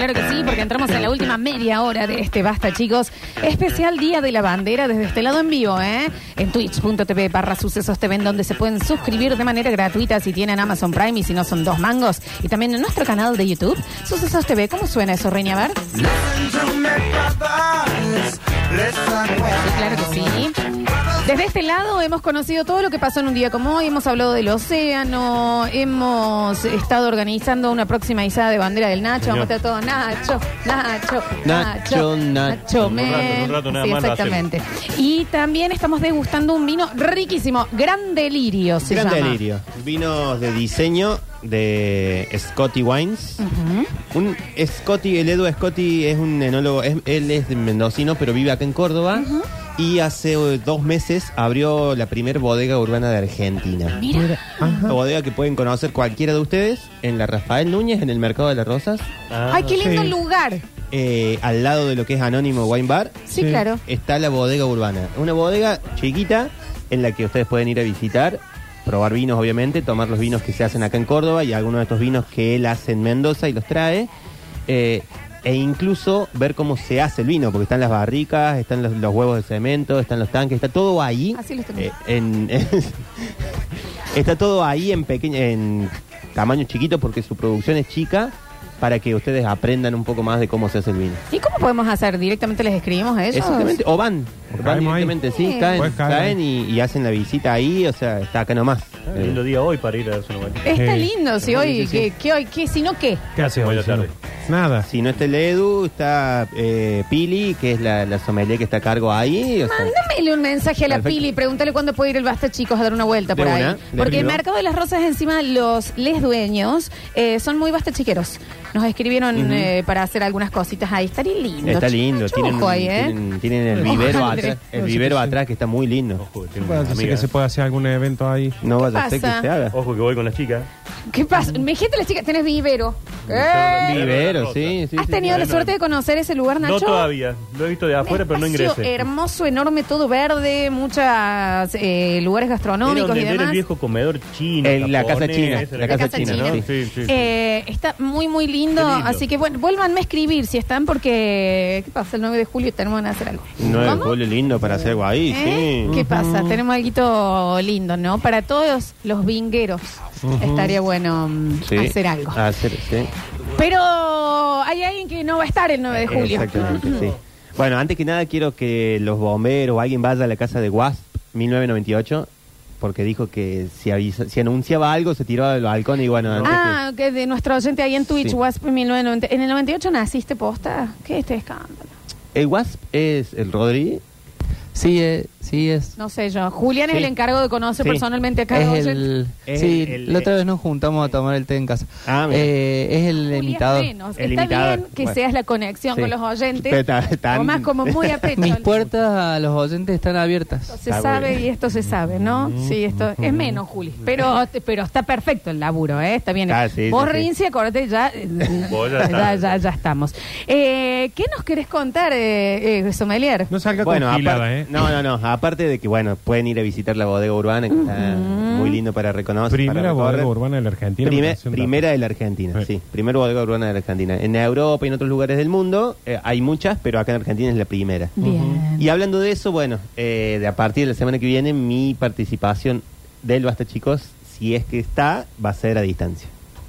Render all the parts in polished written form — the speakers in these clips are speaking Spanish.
claro que sí, porque entramos en la última media hora de este Basta, chicos. Especial Día de la Bandera desde este lado en vivo, en twitch.tv/Sucesos TV, donde se pueden suscribir de manera gratuita si tienen Amazon Prime y si no son 2 mangos. Y también en nuestro canal de YouTube, Sucesos TV. ¿Cómo suena eso, Reina? A ver. Sí, claro que sí. Desde este lado hemos conocido todo lo que pasó en un día como hoy, hemos hablado del océano, hemos estado organizando una próxima izada de bandera del Nacho, vamos a estar todos Nacho, un rato nada sí, más. Exactamente. Y también estamos degustando un vino riquísimo, Gran Delirio se llama. Gran Delirio, vinos de diseño de Scotty Wines. Un Scotty, el Edu Scotty es un enólogo, él es mendocino, pero vive acá en Córdoba. Y hace 2 meses abrió la primer bodega urbana de Argentina. Mira. Una bodega que pueden conocer cualquiera de ustedes en la Rafael Núñez, en el Mercado de las Rosas. ¡Ay, qué lindo lugar! Al lado de lo que es Anónimo Wine Bar. Sí, claro. Está la bodega urbana. Una bodega chiquita en la que ustedes pueden ir a visitar, probar vinos obviamente, tomar los vinos que se hacen acá en Córdoba y algunos de estos vinos que él hace en Mendoza y los trae. E incluso ver cómo se hace el vino, porque están las barricas, están los huevos de cemento, están los tanques, está todo ahí. Así lo tengo. Está todo ahí en tamaño chiquito porque su producción es chica, para que ustedes aprendan un poco más de cómo se hace el vino. ¿Y cómo podemos hacer? ¿Directamente les escribimos a ellos? Exactamente, o van directamente, ahí. sí, caen y hacen la visita ahí, o sea, está acá nomás. Lindo día hoy para ir a darse una vuelta. Está lindo, si hoy, ¿qué hoy? ¿Qué? Si no, ¿qué? ¿Qué hace hoy? Buena tarde. Nada. Si no está el Edu, está Pili, que es la sommelier que está a cargo ahí. O sea, mándamele un mensaje a la Perfecto. Pili y pregúntale cuándo puede ir el Basta, chicos, a dar una vuelta por ahí. Porque el Mercado de las Rosas, encima, les dueños son muy basta chiqueros. Nos escribieron para hacer algunas cositas ahí. Estaría lindo. está lindo. Ojo ahí, tienen el vivero atrás, atrás que está muy lindo. Ojo, tengo Puede una ser amiga. que se pueda hacer algún evento ahí. No vaya a ¿Qué ser que pasa? se haga. Ojo que voy con las chicas. ¿Qué pasa? Me dijiste la chica, tenés vivero. Vivero, sí. ¿Has tenido la suerte de conocer ese lugar, Nacho? No todavía. Lo he visto de afuera, pero no Espacio ingresé. hermoso, enorme, todo verde, muchos lugares Era gastronómicos donde y era el demás. viejo comedor chino. La casa japonés, china. esa La era casa china, ¿no? sí. Sí. Está muy, muy lindo, Qué lindo. así que bueno, vuélvanme a escribir si están, porque ¿qué pasa? El 9 de julio tenemos que hacer algo. 9 de ¿Cómo? julio lindo para hacer algo ahí, sí. ¿Qué pasa? Tenemos algo lindo, ¿no? Para todos los vingueros estaría bueno Sí. hacer algo. Sí. Pero hay alguien que no va a estar el 9 de julio. Exactamente, sí. Bueno, antes que nada quiero que los bomberos o alguien vaya a la casa de Wasp 1998, porque dijo que si anunciaba algo se tiraba del balcón y bueno... antes Que de nuestro oyente ahí en Twitch, Sí. Wasp 1990. ¿En el 98 naciste, posta? ¿Qué es este escándalo? el Wasp es el Rodri. Sí, sí es. No sé yo. Julián es Sí. el encargo de conocer Sí. personalmente a cada Es oyente. el. Es Sí, el- la otra vez nos juntamos a tomar el té en casa. Ah, mira. Es el Julián imitador. menos. El Está imitador. bien que Bueno. seas la conexión Sí. con los oyentes. Pero tan- O más como muy a pecho. Mis puertas a los oyentes están abiertas. Esto se Está sabe muy bien. y esto se sabe, ¿no? Sí, esto es menos, Juli. Pero está perfecto el laburo, ¿eh? Está bien. Ah, sí, Vos, sí, sí. Rinzi, acordate, ya, Vos ya ya estamos. ¿Qué nos querés contar, sommelier? No salga Bueno, con gilada, aparte, ¿eh? no. Aparte de que, bueno, pueden ir a visitar la bodega urbana, que está muy lindo para reconocer. Primera para recorrer. bodega urbana de la Argentina. me parece un Primera dato. de la Argentina, Sí. sí. Primera bodega urbana de la Argentina. En Europa y en otros lugares del mundo hay muchas, pero acá en Argentina es la primera. Bien. Y hablando de eso, bueno, a partir de la semana que viene, mi participación del Basta Chicos, si es que está, va a ser a distancia.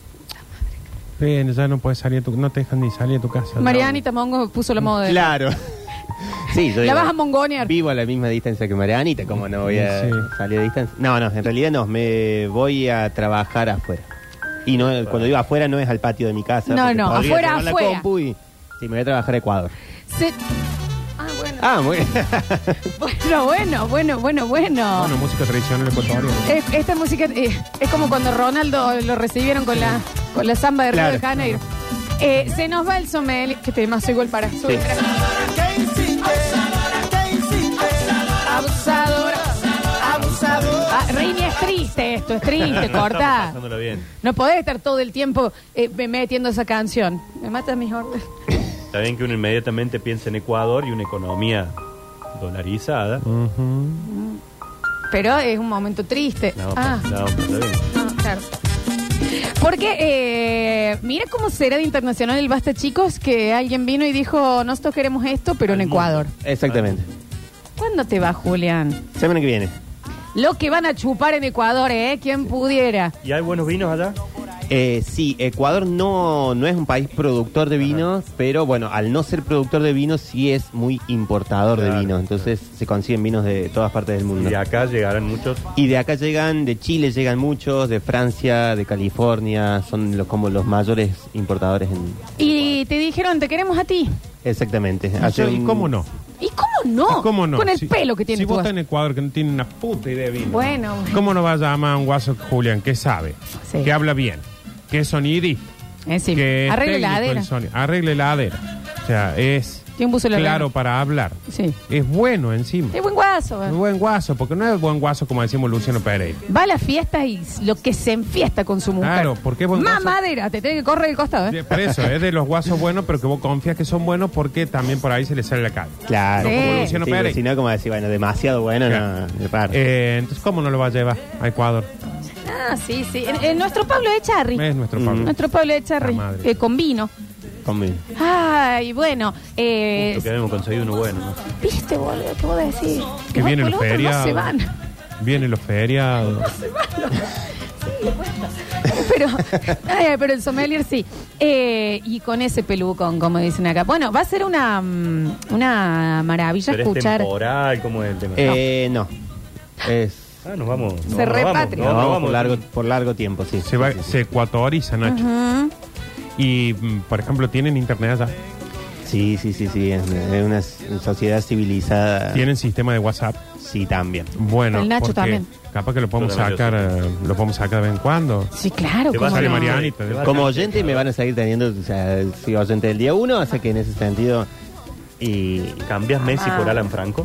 Ven, ya no puedes salir no te dejan ni salir de tu casa. Marianita Mongo puso la moda. Claro. Sí, yo La digo, vas a mongonear. vivo a la misma distancia que Marianita, ¿cómo no voy a Sí. salir a distancia? No, en realidad no, me voy a trabajar afuera. Y no, cuando digo afuera no es al patio de mi casa. No, porque no, podría afuera, tomar la afuera. compu y sí, me voy a trabajar a Ecuador. Bueno. Ah, muy bien. Bueno. Bueno, música tradicional ecuatoriana. Esta música es como cuando Ronaldo lo recibieron con la samba de Río Claro. de Janeiro. Se nos va el sommelier. ¿Qué tema? Soy igual para Sí. Abusadora. Reini, es triste esto, es triste, Estamos corta. pasándola bien. No podés estar todo el tiempo metiendo esa canción. Me mata mis órdenes. Está bien que uno inmediatamente piensa en Ecuador y una economía dolarizada. Pero es un momento triste. No, está bien. No, claro. Porque mira cómo será de internacional el Basta, chicos, que alguien vino y dijo, nosotros queremos esto, pero en Ecuador. Exactamente. ¿Cuándo te vas, Julián? Semana que viene. Lo que van a chupar en Ecuador, ¿Quién pudiera? ¿Y hay buenos vinos allá? Sí, Ecuador no es un país productor de vinos, pero bueno, al no ser productor de vinos, sí es muy importador de Claro, vinos. Entonces se consiguen vinos de todas partes del mundo. Y acá llegarán muchos. Y de acá llegan, de Chile llegan muchos, de Francia, de California, son como los mayores importadores en... Y te dijeron, te queremos a ti. Exactamente. ¿Y cómo no? ¿Y cómo no? ¿Cómo no? Con el Si- pelo que tiene Si tu vos voz. estás en Ecuador que no tiene una puta idea de vino. Bueno. ¿Cómo no vas a llamar a un guaso Julián que sabe? Sí. Que habla bien. Que es sonidista. Sí. Que es Arregle la técnico adera. en sonido. Arregle la adera. O sea, es Tiene un buzo en la claro oreja. para hablar. Sí. Es bueno encima. Es buen guaso. Es buen guaso, porque no es buen guaso como decimos Luciano Pereira. Va a las fiestas y lo que se enfiesta con su mujer. Claro, porque es buen guaso. Mamadera, te tiene que correr el costado, Sí, por eso, es de los guasos buenos, pero que vos confías que son buenos porque también por ahí se les sale la calle. Claro. Sí. Como Luciano sí, Pérez. si no, como decir, bueno, demasiado bueno, Claro. no, es raro. Entonces, ¿cómo no lo va a llevar a Ecuador? Ah, sí. Nuestro Pablo Echarri. Es nuestro Pablo. Nuestro Pablo Echarri. La madre. Con vino. Conmigo. Ay, bueno. Que habíamos conseguido uno bueno, ¿no? ¿Viste, boludo? ¿Qué vos decís? Que vienen los otros no feriados. se van. Vienen los feriados. Pero el sommelier sí. Y con ese pelucón, como dicen acá. Bueno, va a ser una maravilla Pero es escuchar. temporal, ¿cómo es el tema? No. Es... Nos vamos. Se repatria. No, nos vamos. por largo tiempo, sí. Se ecuatoriza, Nacho. Ujú. Y, por ejemplo, ¿tienen internet allá? Sí. Es una sociedad civilizada. ¿Tienen sistema de WhatsApp? Sí, también. Bueno, El Nacho porque también. capaz que lo podemos Pero sacar, lo podemos sacar de vez en cuando. Sí, claro. Te ¿cómo vas a no? Marianita. Te vas a- Como oyente me van a seguir teniendo, o sea, soy oyente del día 1, así que en ese sentido... Y ¿Cambias Messi por Alan Franco?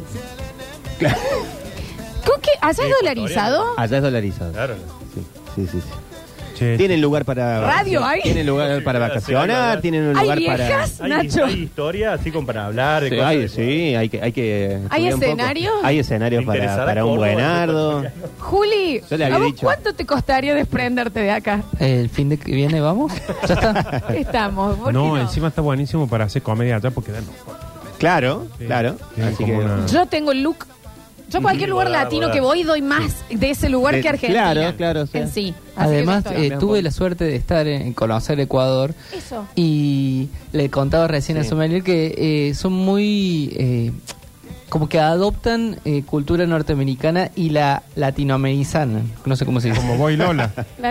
¿Con qué? ¿Allá es Sí, dolarizado? allá es dolarizado. Claro. Sí. Che, Tienen lugar para... Radio hay. Tienen lugar para Sí, vacacionar, sí, tienen un ¿Hay lugar viejas? para... Nacho. Hay historia así como para hablar. de Sí, cosas hay, de- sí, hay que ¿Hay estudiar un poco. escenarios? Hay escenarios ¿Te interesará para un Córdoba? buenardo. Juli, Yo le ¿a había vos dicho. cuánto te costaría desprenderte de acá? El fin de que viene, vamos. Ya está. Estamos. ¿por qué no, encima está buenísimo para hacer comedia allá porque dan. Claro, Sí, claro. tienen Así como que... una- Yo tengo el look. Yo a cualquier lugar Boda, latino boda. que voy doy más de ese lugar De- que Argentina. claro, sí. En sí. Así Además, que yo estoy. tuve la suerte de estar en conocer Ecuador Eso. y le contaba recién Sí. al sommelier que son muy... como que adoptan cultura norteamericana y la latinoamericana. No sé cómo se dice. Como voy Lola.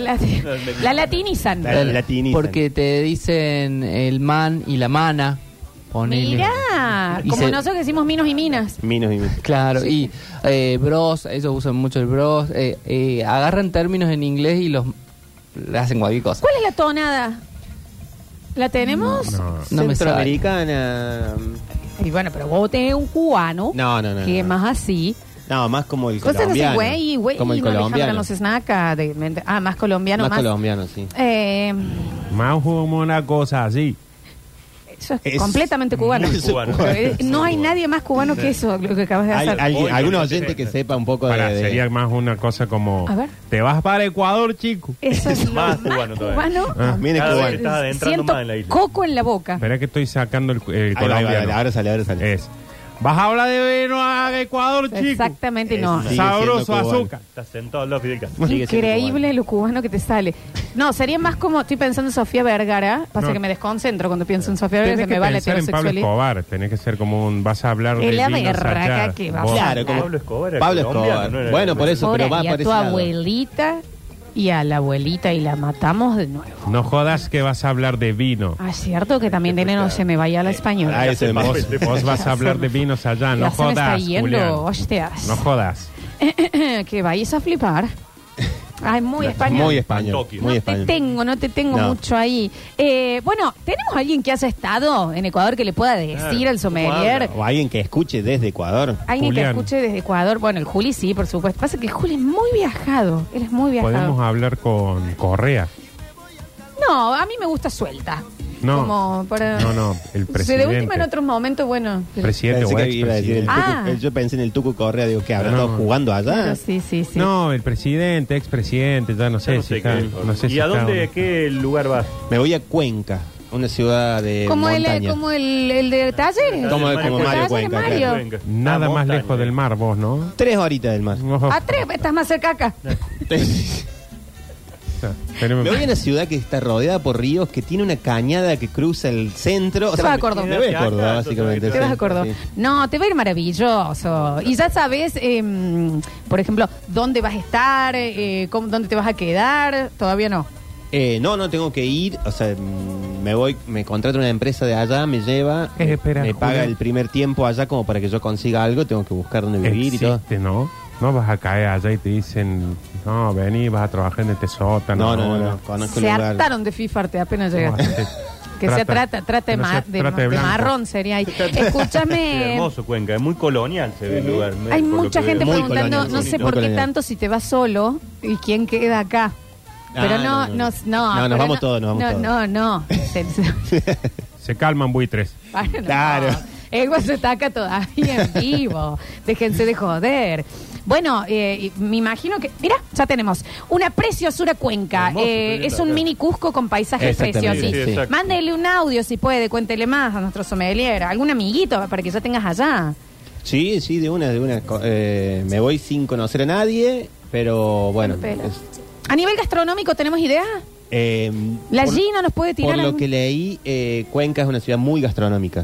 La latinizan. La latinizan. Porque te dicen el man y la mana. Ponele. Mirá, Y como se- nosotros que decimos minos y minas. Minos y minos. Claro, y bros, ellos usan mucho el bros. Agarran términos en inglés y los le hacen cualquier cosa. ¿Cuál es la tonada? ¿La tenemos? No. No me sale. Centroamericana... Y bueno, pero vos tenés un cubano No. que es no. más así. No, más como el Cosas así, colombiano. güey, Como el no Alejandra colombiano. no se snaca. Más colombiano, Más más. colombiano, sí. Más como una cosa así. Eso es, Es completamente cubano. muy cubano. Pero, no hay Cubano. nadie más cubano que eso, lo que acabas de Hay hacer. alguien- Hoy algún no oyente sé. que sepa un poco Para, de... sería más una cosa como... A ver. Te vas para Ecuador, chico. Eso es lo Más cubano todavía. Ah, Viene Cada cubano. vez estás adentrando Siento más en la isla. coco en la boca. Espera que estoy sacando el Ahí va, colombiano. ahora sale. Es. Vas a hablar de vino a Ecuador, chico. Exactamente, no. Sigue Sabroso siendo cubano. azúcar. Estás sentado al lado de Fidel Castro. Sigue siendo Increíble cubano. lo cubano que te sale. No, sería más como, estoy pensando en Sofía Vergara. Pasa No. que me desconcentro cuando pienso en Sofía Vergara, Tenés se que me va la pensar en Pablo heterosexualidad. Escobar. Tenés que ser como un... Vas a hablar de Es la vinos berraca allá. que va a Vos- hablar. Claro, como Pablo Escobar era Pablo colombiano, Escobar. no era Bueno, por de- eso, pero Ahora, va y por a tu ese lado. abuelita y a la abuelita y la matamos de nuevo. No jodas que vas a hablar de vino. Ah, es cierto que también tiene no se me vaya a la española. Ah, ese Vos, es vos vas a hablar de vinos allá. Ya No se me está jodas, yendo, Julián. hostias. No jodas. Que vayas a flipar. Ay, muy español. Muy español. Tokio. Muy No español. te tengo No. mucho ahí. Bueno, ¿tenemos alguien que haya estado en Ecuador que le pueda decir Claro, al sommelier? O alguien que escuche desde Ecuador. Alguien Julián. que escuche desde Ecuador. Bueno, el Juli sí, por supuesto. Pasa que el Juli es muy viajado. Él es muy viajado. Podemos hablar con Correa. No, a mí me gusta suelta. No. Como para... No, el Si presidente. de última en otros momentos, bueno. Presidente Pensé o que iba a decir el expresidente. Tucu- yo pensé en el Tucu Correa, digo, que habrá No. estado jugando allá. Claro, sí. No, el presidente, expresidente, ya no sé No si sé está. qué. No sé ¿Y si a está dónde, o a no. qué lugar vas? Me voy a Cuenca, una ciudad de Como montaña. el de Talleres. Como Mario Talleres Cuenca, Mario. Cuenca. Nada Ah, más montaña. lejos del mar, vos, ¿no? 3 horitas del mar. Ojo. A 3, estás más cerca acá. Tenemos- Me voy a una ciudad que está rodeada por ríos, que tiene una cañada que cruza el centro. Te vas a Córdoba. Me voy a Acá, Córdoba, entonces, básicamente. Te vas a sí, Córdoba. sí. No, te va a ir maravilloso. Y ya sabes, por ejemplo, dónde vas a estar, dónde te vas a quedar. Todavía no. No, tengo que ir. O sea, me contrata una empresa de allá, me lleva, Espera, me paga Julián. el primer tiempo allá como para que yo consiga algo. Tengo que buscar dónde vivir y todo. Existe, ¿no? No vas a caer allá y te dicen, no, vení, vas a trabajar en este sótano. No, conozco el Se lugar. hartaron de fifarte apenas llegaste. Que se trata que no se trate de blanco. marrón sería ahí. Sí, Escúchame. hermoso Cuenca, es muy colonial se ve el lugar. Hay por lo mucha que gente veo. Muy preguntando, colonial, no sí, sé muy por qué colonial. tanto si te vas solo y quién queda acá. Pero Ah, no, nos pero vamos todos, nos vamos todos. No. Se calman buitres. Bueno, Claro. Ego se ataca todavía en vivo. Déjense de joder. Bueno, me imagino que... Mira, ya tenemos una preciosura Cuenca. Hermoso, Es un acá. mini Cusco con paisajes Exactamente, preciosos. sí, exacto. Mándele un audio si puede, cuéntele más a nuestro sommelier. Algún amiguito para que ya tengas allá. Sí, de una. Me voy sin conocer a nadie, pero bueno. Pela. A nivel gastronómico, ¿tenemos idea? La por- Gina nos puede tirar Por lo algún- que leí, Cuenca es una ciudad muy gastronómica.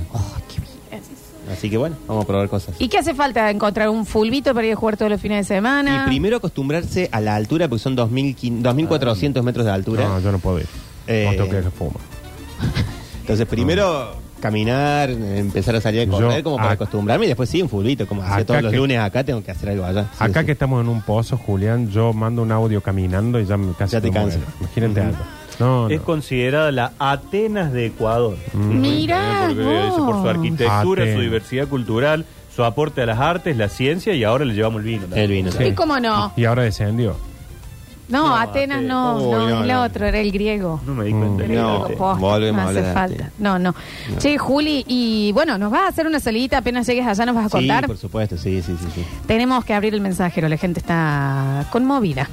Así que bueno, vamos a probar cosas. ¿Y qué hace falta? ¿Encontrar un fulbito para ir a jugar todos los fines de semana? Y primero acostumbrarse a la altura, porque son 2.400 metros de altura. No, yo no puedo ir. Eh, No tengo que fumar. Entonces, primero caminar, empezar a salir a correr Yo como para ac- acostumbrarme y después sí, un fulbito, como hacía Acá todos los que- lunes acá, tengo que hacer algo allá. Sí, Acá sí. que estamos en un pozo, Julián, yo mando un audio caminando y ya me casi Ya te me cansa. muero. Imagínate Ujú. algo. No, Es no. considerada la Atenas de Ecuador. Mirá Porque eso por su vos. arquitectura, Atenas. su diversidad cultural, su aporte a las artes, la ciencia y ahora le llevamos el vino. El vino. Sí. ¿Y cómo no? Y ahora descendió. No, No, Atenas Atenas. no, Uy, no, no, es el no. otro, era el griego. No me di cuenta. El No, griego posta, volvemos no a hace hablar de falta. Atenas. No. Che, Juli, y bueno, nos vas a hacer una salidita apenas llegues allá, nos vas a Sí, contar. por supuesto, sí. Tenemos que abrir el mensajero, la gente está conmovida.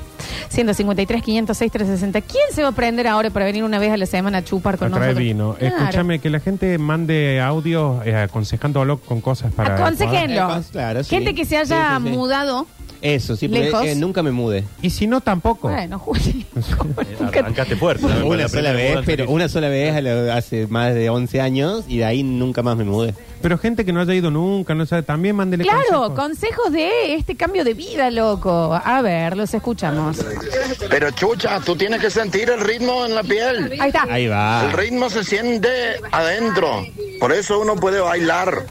153, 506, 360. ¿Quién se va a prender ahora para venir una vez a la semana a chupar con A traer nosotros? vino. Claro. Escúchame, que la gente mande audio aconsejándolo con cosas para... Aconsejenlo. Claro, sí. Gente que se haya Sí. mudado. Eso, sí, porque Lejos. nunca me mudé. Y si no, tampoco. Bueno, Juli. Arrancaste fuerte. ¿no? Con Una la sola primera vez, mudanza pero que una sola vez hace más de 11 años y de ahí nunca más me mudé. Pero gente que no haya ido nunca, no sabe, también mándele Claro, consejos. consejos de este cambio de vida, loco. A ver, los escuchamos. Pero chucha, tú tienes que sentir el ritmo en la piel. Ahí está. Ahí va. El ritmo se siente adentro. Por eso uno puede bailar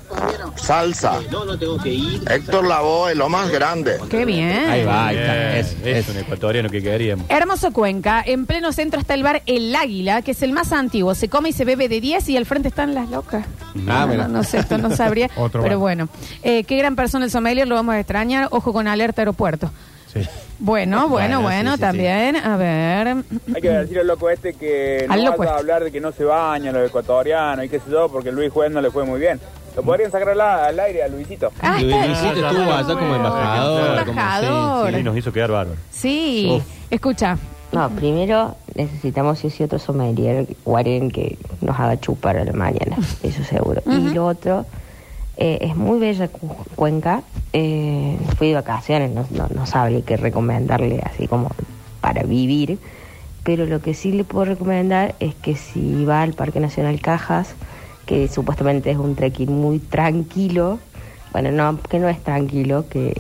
salsa. No tengo que ir. Héctor Lavoe, lo más grande. Qué bien. Ahí va, ahí Bien, está. es un ecuatoriano que queríamos. Hermoso Cuenca, en pleno centro está el bar El Águila, que es el más antiguo. Se come y se bebe de 10 y al frente están las locas. Ah, no, mira. no sé, esto no sabría. Otro pero bar. bueno, qué gran persona el sommelier, lo vamos a extrañar. Ojo con alerta aeropuerto. Sí. Bueno, Bueno, sí, también. A ver. Hay que decir al loco este que Al no loco vas a este. hablar de que no se bañan los ecuatorianos y qué sé yo, porque Luis Juez no le fue muy bien. Lo podrían sacar al aire a Luisito. Ah, está- Luisito estuvo allá como embajador. como- Embajador. Sí, nos hizo quedar bárbaro. Sí, Uf. escucha. No, primero necesitamos sí o sí otro sommelier o alguien que nos haga chupar a la mañana, eso seguro. Y lo otro, es muy bella Cuenca, fui de vacaciones, no sabría qué recomendarle así como para vivir, pero lo que sí le puedo recomendar es que si va al Parque Nacional Cajas, que supuestamente es un trekking muy tranquilo, bueno, no, que no es tranquilo, que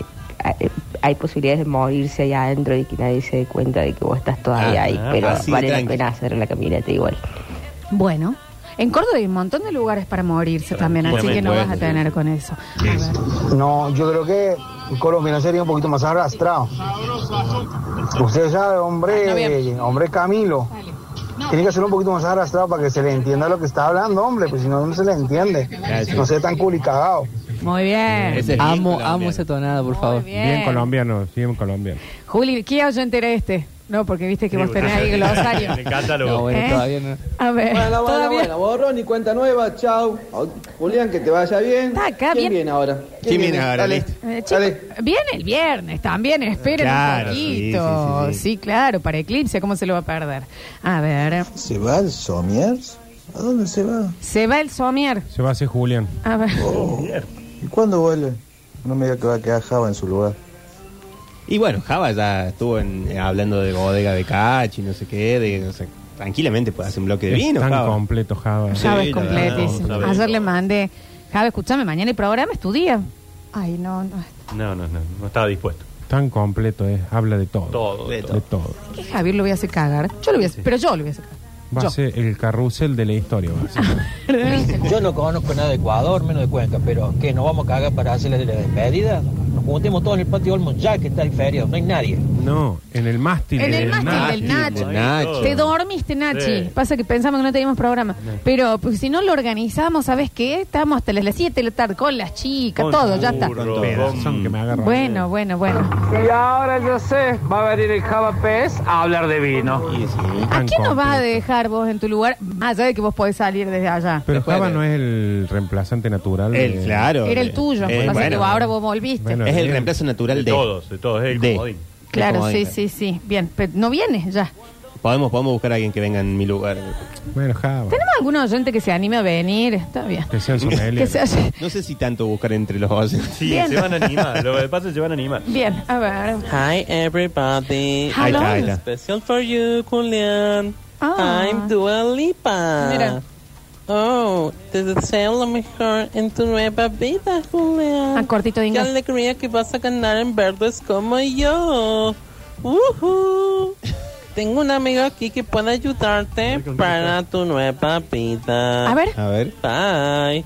hay posibilidades de morirse allá adentro y que nadie se dé cuenta de que vos estás todavía ahí, pero así de vale la tranqui. pena hacer la caminata igual. Bueno, en Córdoba hay un montón de lugares para morirse también, así que no vas a tener con eso. A ver. No, yo creo que Colombia sería un poquito más arrastrado. Usted sabe, hombre Camilo. Tiene que ser un poquito más arrastrado para que se le entienda lo que está hablando, hombre, pues si no, no se le entiende. No sea tan culicagado. Muy bien. Ese es bien Amo colombiano. esa tonada, por favor. Muy bien. Bien colombiano, bien colombiano. Juli, ¿qué oyente era este? No, porque viste que vos tenés ahí glosario. En el catálogo. No, bueno, ¿Eh? todavía no. A ver, todavía. borrón y cuenta nueva, chao. Julián, que te vaya bien. Está acá, bien. ¿Quién viene ahora? ¿Quién viene ahora? Dale. Listo. Chicos, Dale. viene el viernes también, esperen Claro, un sí, poquito. sí, sí, sí. Claro, para Eclipse, ¿cómo se lo va a perder? A ver, ¿Se va el Somiers? ¿A dónde se va? se va el Somier. Se va a hacer Julián. A ver, ¿Y cuándo vuelve? No me diga que va a quedar Java en su lugar. Y bueno, Java ya estuvo hablando de bodega de Cachi, no sé qué, no sé, tranquilamente puede hacer un bloque de Es vino, tan Java. completo, Java. Sí, Javes la completísimo. verdad, no, Ayer le mandé, Javes, escúchame, mañana el programa es tu día. Ay, no. No estaba dispuesto. Tan completo es. Habla de todo. Todo. De De todo. ¿Qué Javier lo voy a hacer cagar? Yo lo voy a hacer, pero yo lo voy a hacer cagar. Va Yo. a ser el carrusel de la historia. Va a ser. Yo no conozco nada de Ecuador, menos de Cuenca, pero ¿qué? ¿Nos vamos a cagar para hacerle la despedida? Nos juntemos todos en el patio Olmos ya que está el feriado, no hay nadie. No, en el mástil. En el del mástil del Nachi. del Nachi. Te dormiste, Nachi. Sí. Pasa que pensamos que no teníamos programa. Pero pues, si no lo organizamos, ¿sabes qué? Estamos hasta las 7 de la tarde con las chicas, Con todo, ya está. burro, Pedazón que me agarra. Bueno. Y ahora yo sé, va a venir el Java Pez a hablar de vino. Y sí. ¿A Tan quién nos vas a completo. dejar vos en tu lugar? Más allá de que vos podés salir desde allá. Pero Después Java de- no es el reemplazante natural. Claro. Era el tuyo. Pasa que bueno, ahora vos volviste. Bueno, es el bien. reemplazo natural De todos, es el de- comodín. Claro, de sí, comodín. sí. Bien, pero no viene ya. Podemos buscar a alguien que venga en mi lugar. Bueno, Java. ¿Tenemos algún oyente que se anime a venir? Está bien. Que sean Que sommelier. se hace. No sé si tanto buscar entre los oyentes. Sí, Bien. se van a animar. Lo que pasa es que se van a animar. Bien, a ver. Hi everybody. Ahí está, ahí Hello. está. Special for you, Julián. Ah. I'm Dua Lipa. Mira. Oh, te deseo lo mejor en tu nueva vida, Julián. Ah, cortito de Qué inglés. alegría que vas a ganar en verdes como yo. Tengo un amigo aquí que puede ayudarte para tu nueva vida. A ver. A ver. Bye.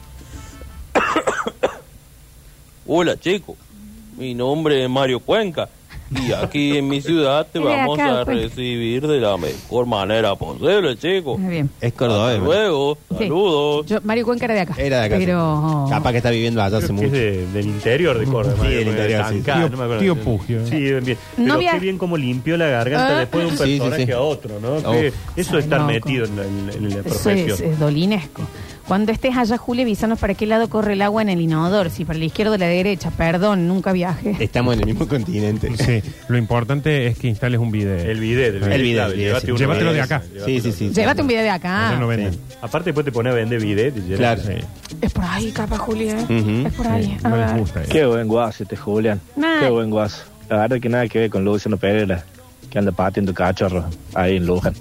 Hola, chico. Mi nombre es Mario Cuenca. Y aquí en mi ciudad te Es de vamos acá, a Cuenca. recibir de la mejor manera posible, chico. Muy bien. Es cordobés. Hasta bueno. luego. Sí. Saludos. Yo, Mario Cuenca era de acá. Era de acá. Pero. Capaz que está viviendo allá hace Creo que mucho. es del interior de Córdoba. Sí, del interior, sí. Tancá, Tío- no me acuerdo. tío Pugio. Sí, bien. No Pero había- qué bien como limpió la garganta Ah. después de un Sí, sí, personaje sí. a otro, ¿no? Uf. Que eso es estar Loco. metido en la Eso profesión. es dolinesco. Cuando estés allá, Julio, avísanos para qué lado corre el agua en el inodoro. Si para la izquierda o la derecha. Perdón, nunca viaje. Estamos en el mismo continente. Sí, lo importante es que instales un video. El bidet, El bidet, clave, el bidet, llévate sí. uno Llévatelo de ese, acá. Sí, sí, sí. Llévate un video de acá. Allá no venden. Sí. Aparte después te pones a vender bidet. y Claro. Sí. Es por ahí, capaz, Julio. Ujú. Es por ahí. A No les ver. gusta. Qué buen guaso este Julián. Nah. Qué buen guaso. La verdad que nada que ver con Luciano Pereira, que anda pateando cachorro ahí en Luján.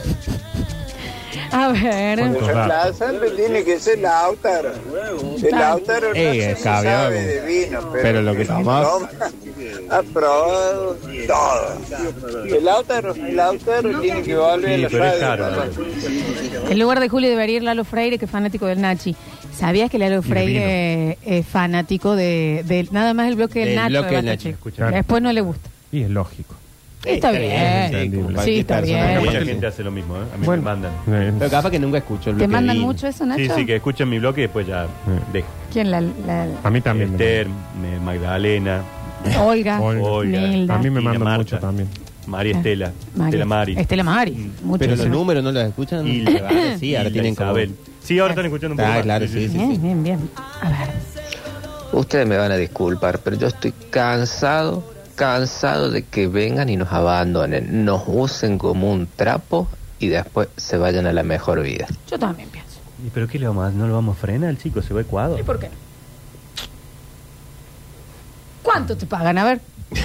A ver. ¿Cuánto da? reemplazante tiene que ser Lautaro. El Lautaro no se cabrón. sabe de vino, Pero lo que tomás. ha probado todo. El Lautaro tiene que volver a la Sí, pero es radio. caro. En lugar de Julio debería ir Lalo Freire, que es fanático del Nachi. ¿Sabías que Lalo Freire es fanático de nada más el bloque del Del Nacho? bloque de del Basta Nachi. Chico? Escuchar. Después no le gusta. Y es lógico. Está bien. como Sí, cualquier está persona. bien. Mucha Sí. gente hace lo mismo, ¿eh? A mí Bueno. me mandan. Pero capaz que nunca escucho el ¿Te bloque mandan del vino. mucho eso, Nacho? Sí, que escuchen mi bloque y después ya dejo. ¿Quién? A mí también. me Esther, Magdalena, Olga. Olga. Nilda. A mí me Tina mandan Marta, mucho también. María Estela, Estela Mari. Estela Mari. Mucho Pero los eso. números no los escuchan. Y Ahora sí, ahora y tienen la como. Isabel. Sí, ahora están escuchando un poco Ah, más. claro, sí, sí. Bien, bien, bien. A ver. Ustedes me van a disculpar, pero yo estoy cansado de que vengan y nos abandonen, nos usen como un trapo y después se vayan a la mejor vida. Yo también pienso. ¿Y pero qué le vamos a, no lo vamos a frenar al chico? ¿Se va a Ecuador? ¿Y por qué? ¿Cuánto te pagan? A ver.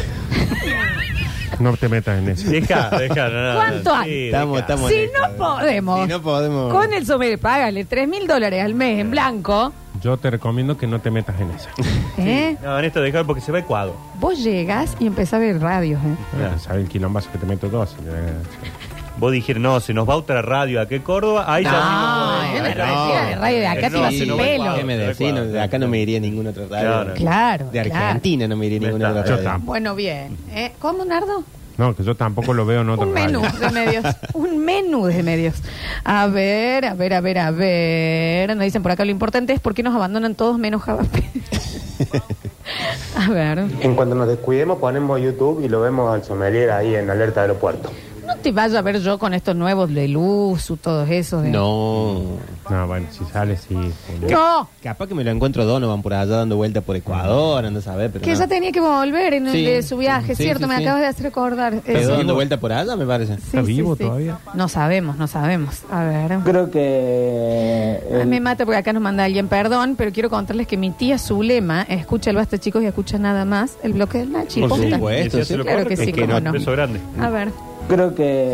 No te metas en eso. Deja, no. ¿Cuánto hay? Sí, Estamos deja. en Si esta, no podemos. Si no podemos. Con el sommelier, págale $3,000 al mes en blanco. Yo te recomiendo que no te metas en esa. ¿Eh? No, en esto dejar porque se va a Ecuador. Vos llegas y empezás a ver radios. Claro. ¿Sabes el quilombazo que te meto dos? Vos dijeron, no, se nos va otra radio aquí en Córdoba. Ahí ya No, es la radio de acá te va sin pelo. ¿Qué me decís? No, de acá no me iría a ninguna otra radio. Claro. De Argentina no me iría a ninguna otra Yo radio. tampoco. Bueno, bien. ¿Cómo, Nardo? No, que yo tampoco lo veo en otra Un menú radio. de medios. Un menú de medios. A ver. Nos dicen por acá, lo importante es por qué nos abandonan todos menos Java Pérez. A ver. En cuanto nos descuidemos ponemos YouTube y lo vemos al sommelier ahí en alerta de aeropuerto. No te vaya a ver yo con estos nuevos de luz, todos esos. No. No, bueno, si sale, sí. No. Capaz que me lo encuentro Donovan por allá dando vuelta por Ecuador, ando a saber, pero Que no. ya tenía que volver en Sí. de su viaje, Sí, ¿cierto? sí, Me sí. acabas de hacer acordar. ¿Pero dando vuelta por allá, me parece? ¿Está vivo todavía? No sabemos. A ver. Creo que Me mata porque acá nos manda alguien, perdón, pero quiero contarles que mi tía Zulema escucha el Basta Chicos y escucha nada más el bloque del Nachi. Por ¿Posta? supuesto, sí. Claro que sí, cómo no. Beso grande. A ver. Creo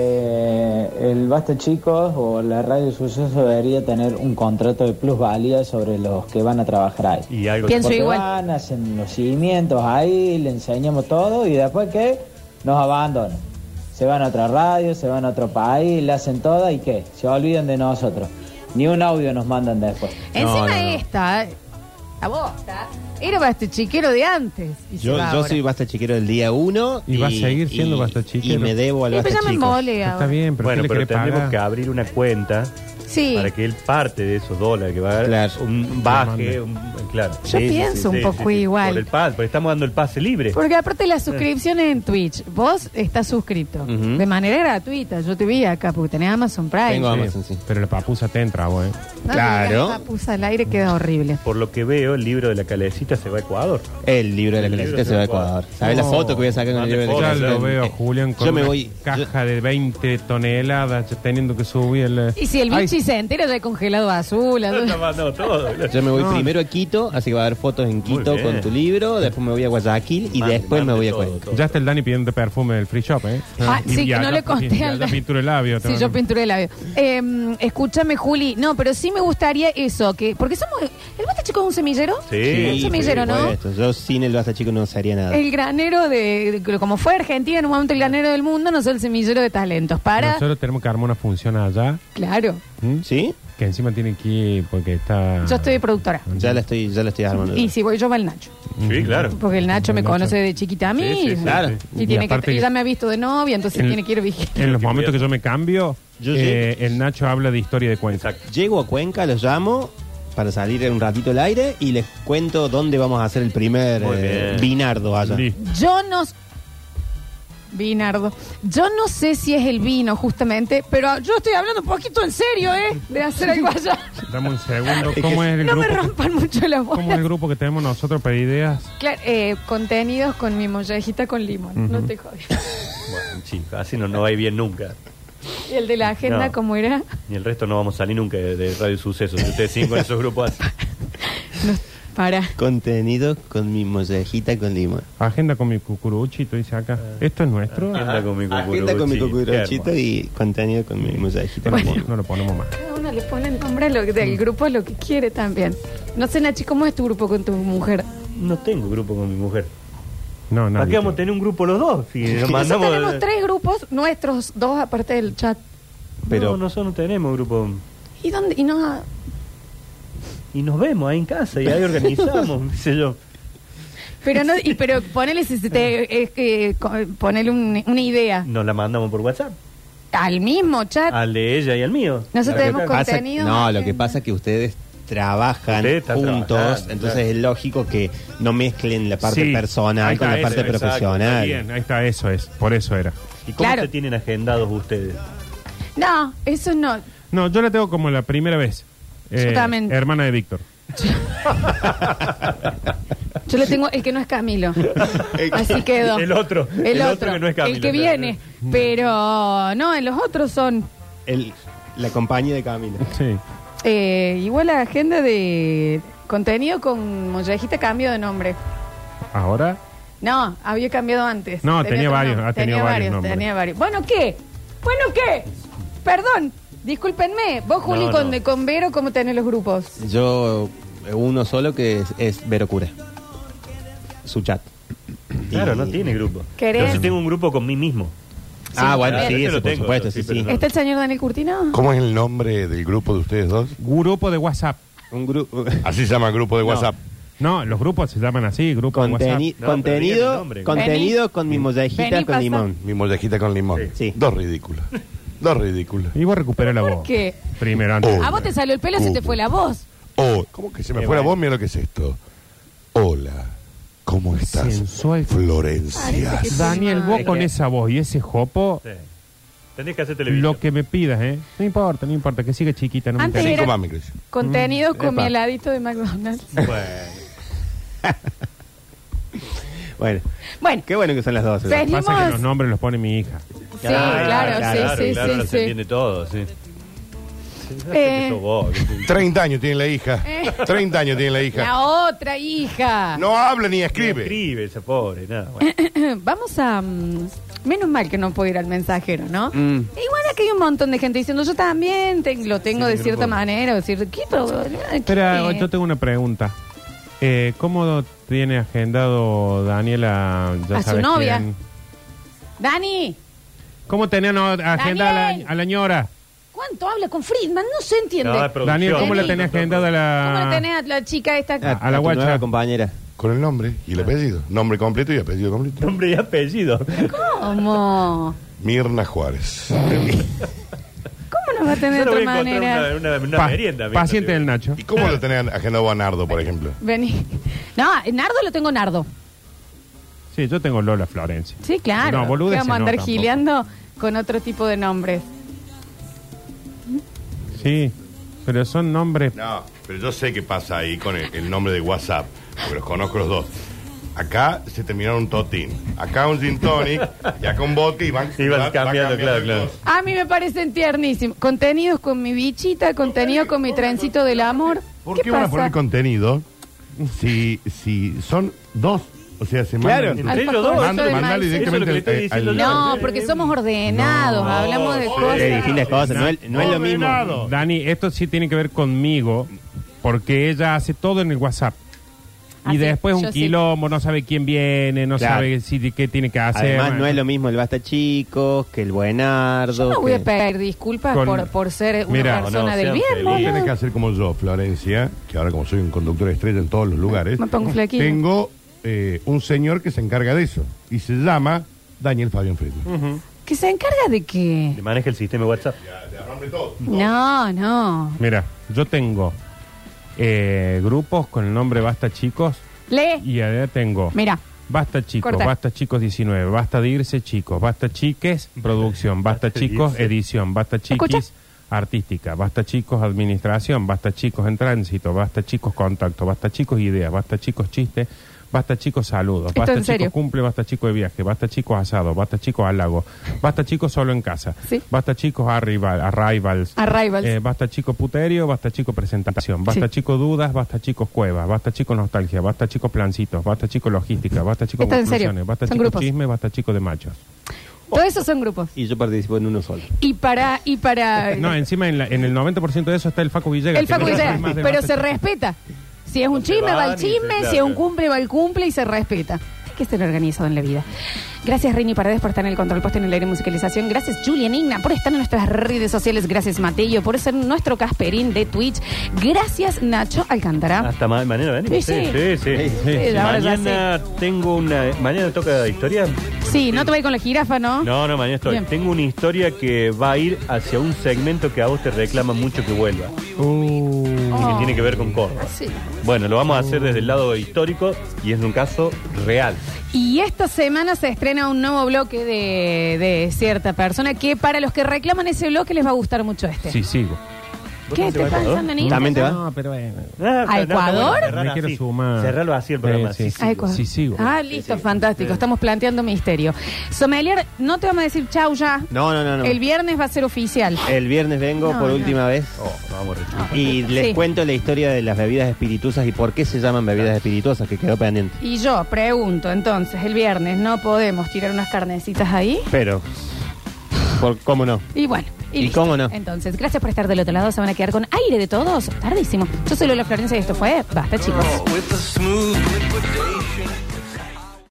que el Basta Chicos o la Radio Suceso debería tener un contrato de plusvalía sobre los que van a trabajar ahí. Y algo Pienso Porque igual. van, hacen los seguimientos ahí, le enseñamos todo y después que nos abandonan. Se van a otra radio, se van a otro país, le hacen todo y ¿qué? Se olvidan de nosotros. Ni un audio nos mandan después. Encima esta, la bosta, era Basta Chiquero de antes. Y se Yo va ahora. soy Basta Chiquero del día 1. Y va a seguir siendo Basta Chiquero. Y me debo al Y Basta pues ya me Chicos. embole ahora. Está bien, pero Bueno, ¿qué le pero querés tendremos pagar? que abrir una cuenta Sí. para que él parte de esos dólares que va a dar Claro. un baje, claro. Yo pienso un poco igual. Por el pase, porque estamos dando el pase libre. Porque aparte las suscripciones en Twitch, vos estás suscrito Ujú. de manera gratuita. Yo te vi acá porque tenés Amazon Prime. Tengo Sí, Amazon, sí. Pero la papusa te entra, güey. No, Claro. La pusa al aire queda horrible. Por lo que veo, el libro de la calecita se va a Ecuador. El libro de la El libro calecita se va a se va a Ecuador. ¿Sabes la Oh, foto que voy a sacar con el mande libro de la Ya calecita? lo veo, Julián, con Yo me una voy. caja de 20 toneladas teniendo que subir el... Y si el Ay, bichi se entera, ya hay congelado azul. Está mandando todo. Yo me voy No. primero a Quito, así que va a haber fotos en Quito bien. con tu libro. Después me voy a Guayaquil y Mande, después me mande voy a todo, Cuenca. todo. Ya está el Dani pidiendo perfume del free shop, ¿eh? Ah, sí, que no le conté al al Dani. pintura de labio. Sí, yo pinturé el labio. Escúchame, Juli. No, pero sí me gustaría eso. Porque somos. ¿El Basta Chico es un semillero? Sí, un semillero, ¿no? Supuesto. Yo sin el Basta Chico no sería nada. El granero como fue Argentina en un momento el granero del mundo, no soy el semillero de talentos. Para. Nosotros tenemos que armar una función allá. Claro. ¿Mm? ¿Sí? Que encima tiene que ir porque está... Yo estoy de productora. Ya la estoy armando. Y si voy yo va el Nacho. Sí, claro. Porque el Nacho me Nacho. conoce de chiquita a mí. Sí, sí, sí, claro. Y, Y tiene aparte que, que- ya me ha visto de novia, entonces En- tiene que ir vigilar. En los momentos que yo me cambio, Yo el Nacho habla de historia de Cuenca. Exacto. Llego a Cuenca, los llamo para salir en un ratito al aire y les cuento dónde vamos a hacer el primer Muy bien. vinardo allá. Listo. Yo no. Vinardo. Yo no sé si es el vino, justamente, pero yo estoy hablando un poquito en serio, ¿eh? De hacer algo allá. Dame un segundo. ¿Cómo es el No me grupo? rompan mucho la ¿Cómo es bola. el grupo que tenemos nosotros para ideas? Claro, contenidos con mi mollejita con limón. No te jodas. Bueno, chicos, así no va a ir bien nunca. ¿Y el de la agenda No. cómo era? Ni el resto no vamos a salir nunca de Radio Sucesos. Si ustedes siguen con esos grupos así. Para. Contenido con mi mollejita con limón. Agenda con mi cucuruchito, dice acá. ¿Esto es nuestro? Agenda con mi Agenda con mi cucuruchi. cucuruchito y contenido con mi mollejita No, con limón. no lo ponemos más. Cada uno le pone el nombre del grupo a lo que quiere también. No sé, Nachi, ¿cómo es tu grupo con tu mujer? No tengo grupo con mi mujer. No, ¿Para nadie qué vamos a tiene. tener un grupo los dos? Si nos Nosotros mandamos. tenemos 3 grupos, nuestros 2 aparte del chat. Pero- No, nosotros no tenemos grupo. ¿Y dónde? Y no. Y nos vemos ahí en casa y ahí organizamos, qué sé yo. Pero no, pero ponele si se te ponele una idea Nos la mandamos por WhatsApp. al mismo chat. Al de ella y al mío. Nosotros Claro, tenemos claro. contenido. No, lo que pasa es que ustedes trabajan Ustedes están juntos, trabajando, entonces claro. es lógico que no mezclen la parte Sí, ahí personal está con la eso, parte exacto, profesional. Bien, ahí está, eso es. Por eso era. ¿Y cómo Claro. se tienen agendados ustedes? No, eso no. No, yo la tengo como la primera vez. Yo también. Hermana de Víctor. Yo le tengo el que no es Camilo. Así quedó. El otro. El otro. que no es Camilo. El que viene. Pero no, los otros son. La compañía de Camila. Sí. Igual la agenda de contenido con Mollejita cambio de nombre. ¿Ahora? No, había cambiado antes. No, tenía otro varios, nombre. ha tenido varios nombres. Tenía varios. Bueno, ¿qué? Perdón, discúlpenme. Vos, Juli, No. con Vero, ¿cómo tenés los grupos? Yo, uno solo que es Vero Cura. Su chat. Claro, Y- no tiene grupo. ¿Querés? Yo sí tengo un grupo con mí mismo. bueno, Claro, sí, ese eso lo por tengo, supuesto, sí, sí, pero sí. no. ¿Está el señor Daniel Curtino? ¿Cómo es el nombre del grupo de ustedes dos? Grupo de WhatsApp. Un grupo. Así se llama el grupo de WhatsApp. No, los grupos se llaman así, grupo de WhatsApp. Contenido con mi mollejita Vení, con pasa. limón. Mi mollejita con limón. Sí. Dos ridículos. Dos ridículos. Y vos recuperás la voz. ¿Qué? Primero, antes. A vos te salió el pelo, se te fue la voz. ¿Cómo que se me fue la voz? Mira lo que es esto. Hola, ¿cómo estás? Sensual. Florencia. Daniel, vos con esa voz y ese jopo, Sí. Tenés que hacer televisión. lo que me pidas, No importa, que siga chiquita, no me Antes interesa. era- 5 más, Cris. Contenido con Epa. mi heladito de McDonald's. Bueno, Bueno, qué bueno que son las 12. Seguimos. Pasa que los nombres los pone mi hija. Sí, claro, sí, no sí. se entiende todo, sí. Eh. Que sos vos, que sos- 30 años tiene la hija. 30 años tiene la hija. La otra hija. No habla ni No escribe. escribe esa pobre, nada. Bueno. Vamos a... menos mal que no puedo ir al mensajero, ¿no? Mm. Igual aquí hay un montón de gente diciendo, yo también lo tengo Sí, de no cierta puedo. manera. O decir, ¿qué? Pero yo tengo una pregunta. ¿Cómo tiene agendado Daniela? Ya A su sabes novia. quién? Dani, ¿Cómo tenían agendada Daniel. a la ñora? ¿cuánto habla con Friedman? No se entiende. No, es producción. Daniel, ¿cómo la Vení. tenés agendada a ¿Cómo la...? le tenés a la chica esta? A la tu guacha. nueva compañera. Con el nombre y el apellido. Nombre completo y apellido completo. Nombre y apellido. ¿Cómo? Mirna Juárez. ¿Cómo nos va a tener de Yo otra le voy a encontrar manera? una merienda. mira. Paciente del Nacho. ¿Y cómo lo tenés agendado a Nardo, por ejemplo? Vení. No, Nardo lo tengo Nardo. Sí, yo tengo Lola Florencia. Sí, claro. No, boludeces Vamos a no, andar tampoco. gileando con otro tipo de nombres. Sí, pero son nombres... No, pero yo sé qué pasa ahí con el nombre de WhatsApp, porque los conozco los dos. Acá se terminaron un totín, acá un gin tonic, y acá un vodka y van cambiando, claro, claro. A mí me parecen tiernísimos. Contenidos con mi bichita, contenido con mi trencito del amor. ¿Por qué van a poner contenido si son dos? O sea, se Claro. mandan... Entre ellos dos. Mandale Eso es directamente lo que le estoy diciendo yo. No, porque somos ordenados, No, hablamos de sí. cosas. De distintas cosas, no es lo mismo. Ordenado. Dani, esto sí tiene que ver conmigo, porque ella hace todo en el WhatsApp. Ah, Y sí, después yo un sí. quilombo, no sabe quién viene, no Claro. sabe qué tiene que hacer. Además, no es lo mismo el Basta Chicos que el Buenardo. Yo no voy a que- pedir disculpas Con- por ser una Mira, persona no, del sean bien, felices. Vos boludo. tenés que hacer como yo, Florencia, que ahora como soy un conductor estrella en todos los lugares, Me pongo flequillo. tengo un señor que se encarga de eso. Y se llama Daniel Fabián Friedman. ¿Que se encarga de qué? Le maneja el sistema de WhatsApp. No, no. Mira, yo tengo grupos con el nombre Basta Chicos Lee. y allá tengo Mira. Basta Chicos, Corta. Basta Chicos 19, Basta de Irse Chicos, Basta Chiques Producción, Basta Basta de Chicos Irse. Edición, Basta ¿Escucha? Chiquis Artística, Basta Chicos Administración, Basta Chicos en Tránsito, Basta Chicos Contacto, Basta Chicos Ideas, Basta Chicos Chiste, Basta Chicos Saludos, ¿Esto Basta en Chicos serio? Cumple, Basta Chicos de Viaje, Basta Chicos Asado, Basta Chicos al Lago, Basta Chicos Solo en Casa, Sí. Basta Chicos Arrivals, Arrivals. Basta Chicos Puterio, Basta Chicos Presentación, Basta Sí. Chicos Dudas, Basta Chicos Cuevas, Basta Chicos Nostalgia, Basta Chicos Plancitos, Basta Chicos Logística, Basta Chicos Esto en serio, Conclusiones, Basta son Chicos grupos. Chisme, Basta Chicos de Machos. Todos esos son grupos. Y yo participo en uno solo. Y para No, encima en el 90% de eso está el Facu Villegas. el que Facu no Villegas, sabe más de pero Basta se Chicos. respeta. Si es un chisme, va el chisme. claro, Si es un claro. cumple, va el cumple y se respeta. Hay que ser organizado en la vida. Gracias, Rini Paredes, por estar en el control puesto en el aire y musicalización. Gracias, Julian Igna, por estar en nuestras redes sociales. Gracias, Mateo, por ser nuestro Casperín de Twitch. Gracias, Nacho Alcántara. Hasta mañana venimos. Sí, sí. Sí, ahora ya mañana tengo una. Mañana toca historia. Sí, no te voy con la jirafa, ¿no? No, mañana estoy. Bien. Tengo una historia que va a ir hacia un segmento que a vos te reclama mucho que vuelva. Que tiene que ver con Córdoba. Sí. Bueno, lo vamos a hacer desde el lado histórico y es un caso real. Y esta semana se estrena un nuevo bloque de cierta persona que para los que reclaman ese bloque les va a gustar mucho este. Sí, sigo. ¿Qué te pensando en ir? ¿También te va? No, pero ¿A Ecuador? Me quiero sumar. Cerralo así el programa. Sí, Sí, A Ecuador. Sí, sigo. Ah, listo, fantástico. Estamos planteando misterio. Sommelier, no te vamos a decir chau ya. No. El viernes va a ser oficial. El viernes vengo No, por no. última vez Vamos, Richie. y les Sí. cuento la historia de las bebidas espirituosas y por qué se llaman bebidas espirituosas, que quedó pendiente. Y yo pregunto, entonces, el viernes no podemos tirar unas carnecitas ahí. Pero, ¿cómo no? Y bueno. ¿Y listo. cómo no? Entonces, gracias por estar del otro lado. Se van a quedar con aire de todos. Tardísimo. Yo soy Lola Florencia y esto fue Basta, chicos. With a smooth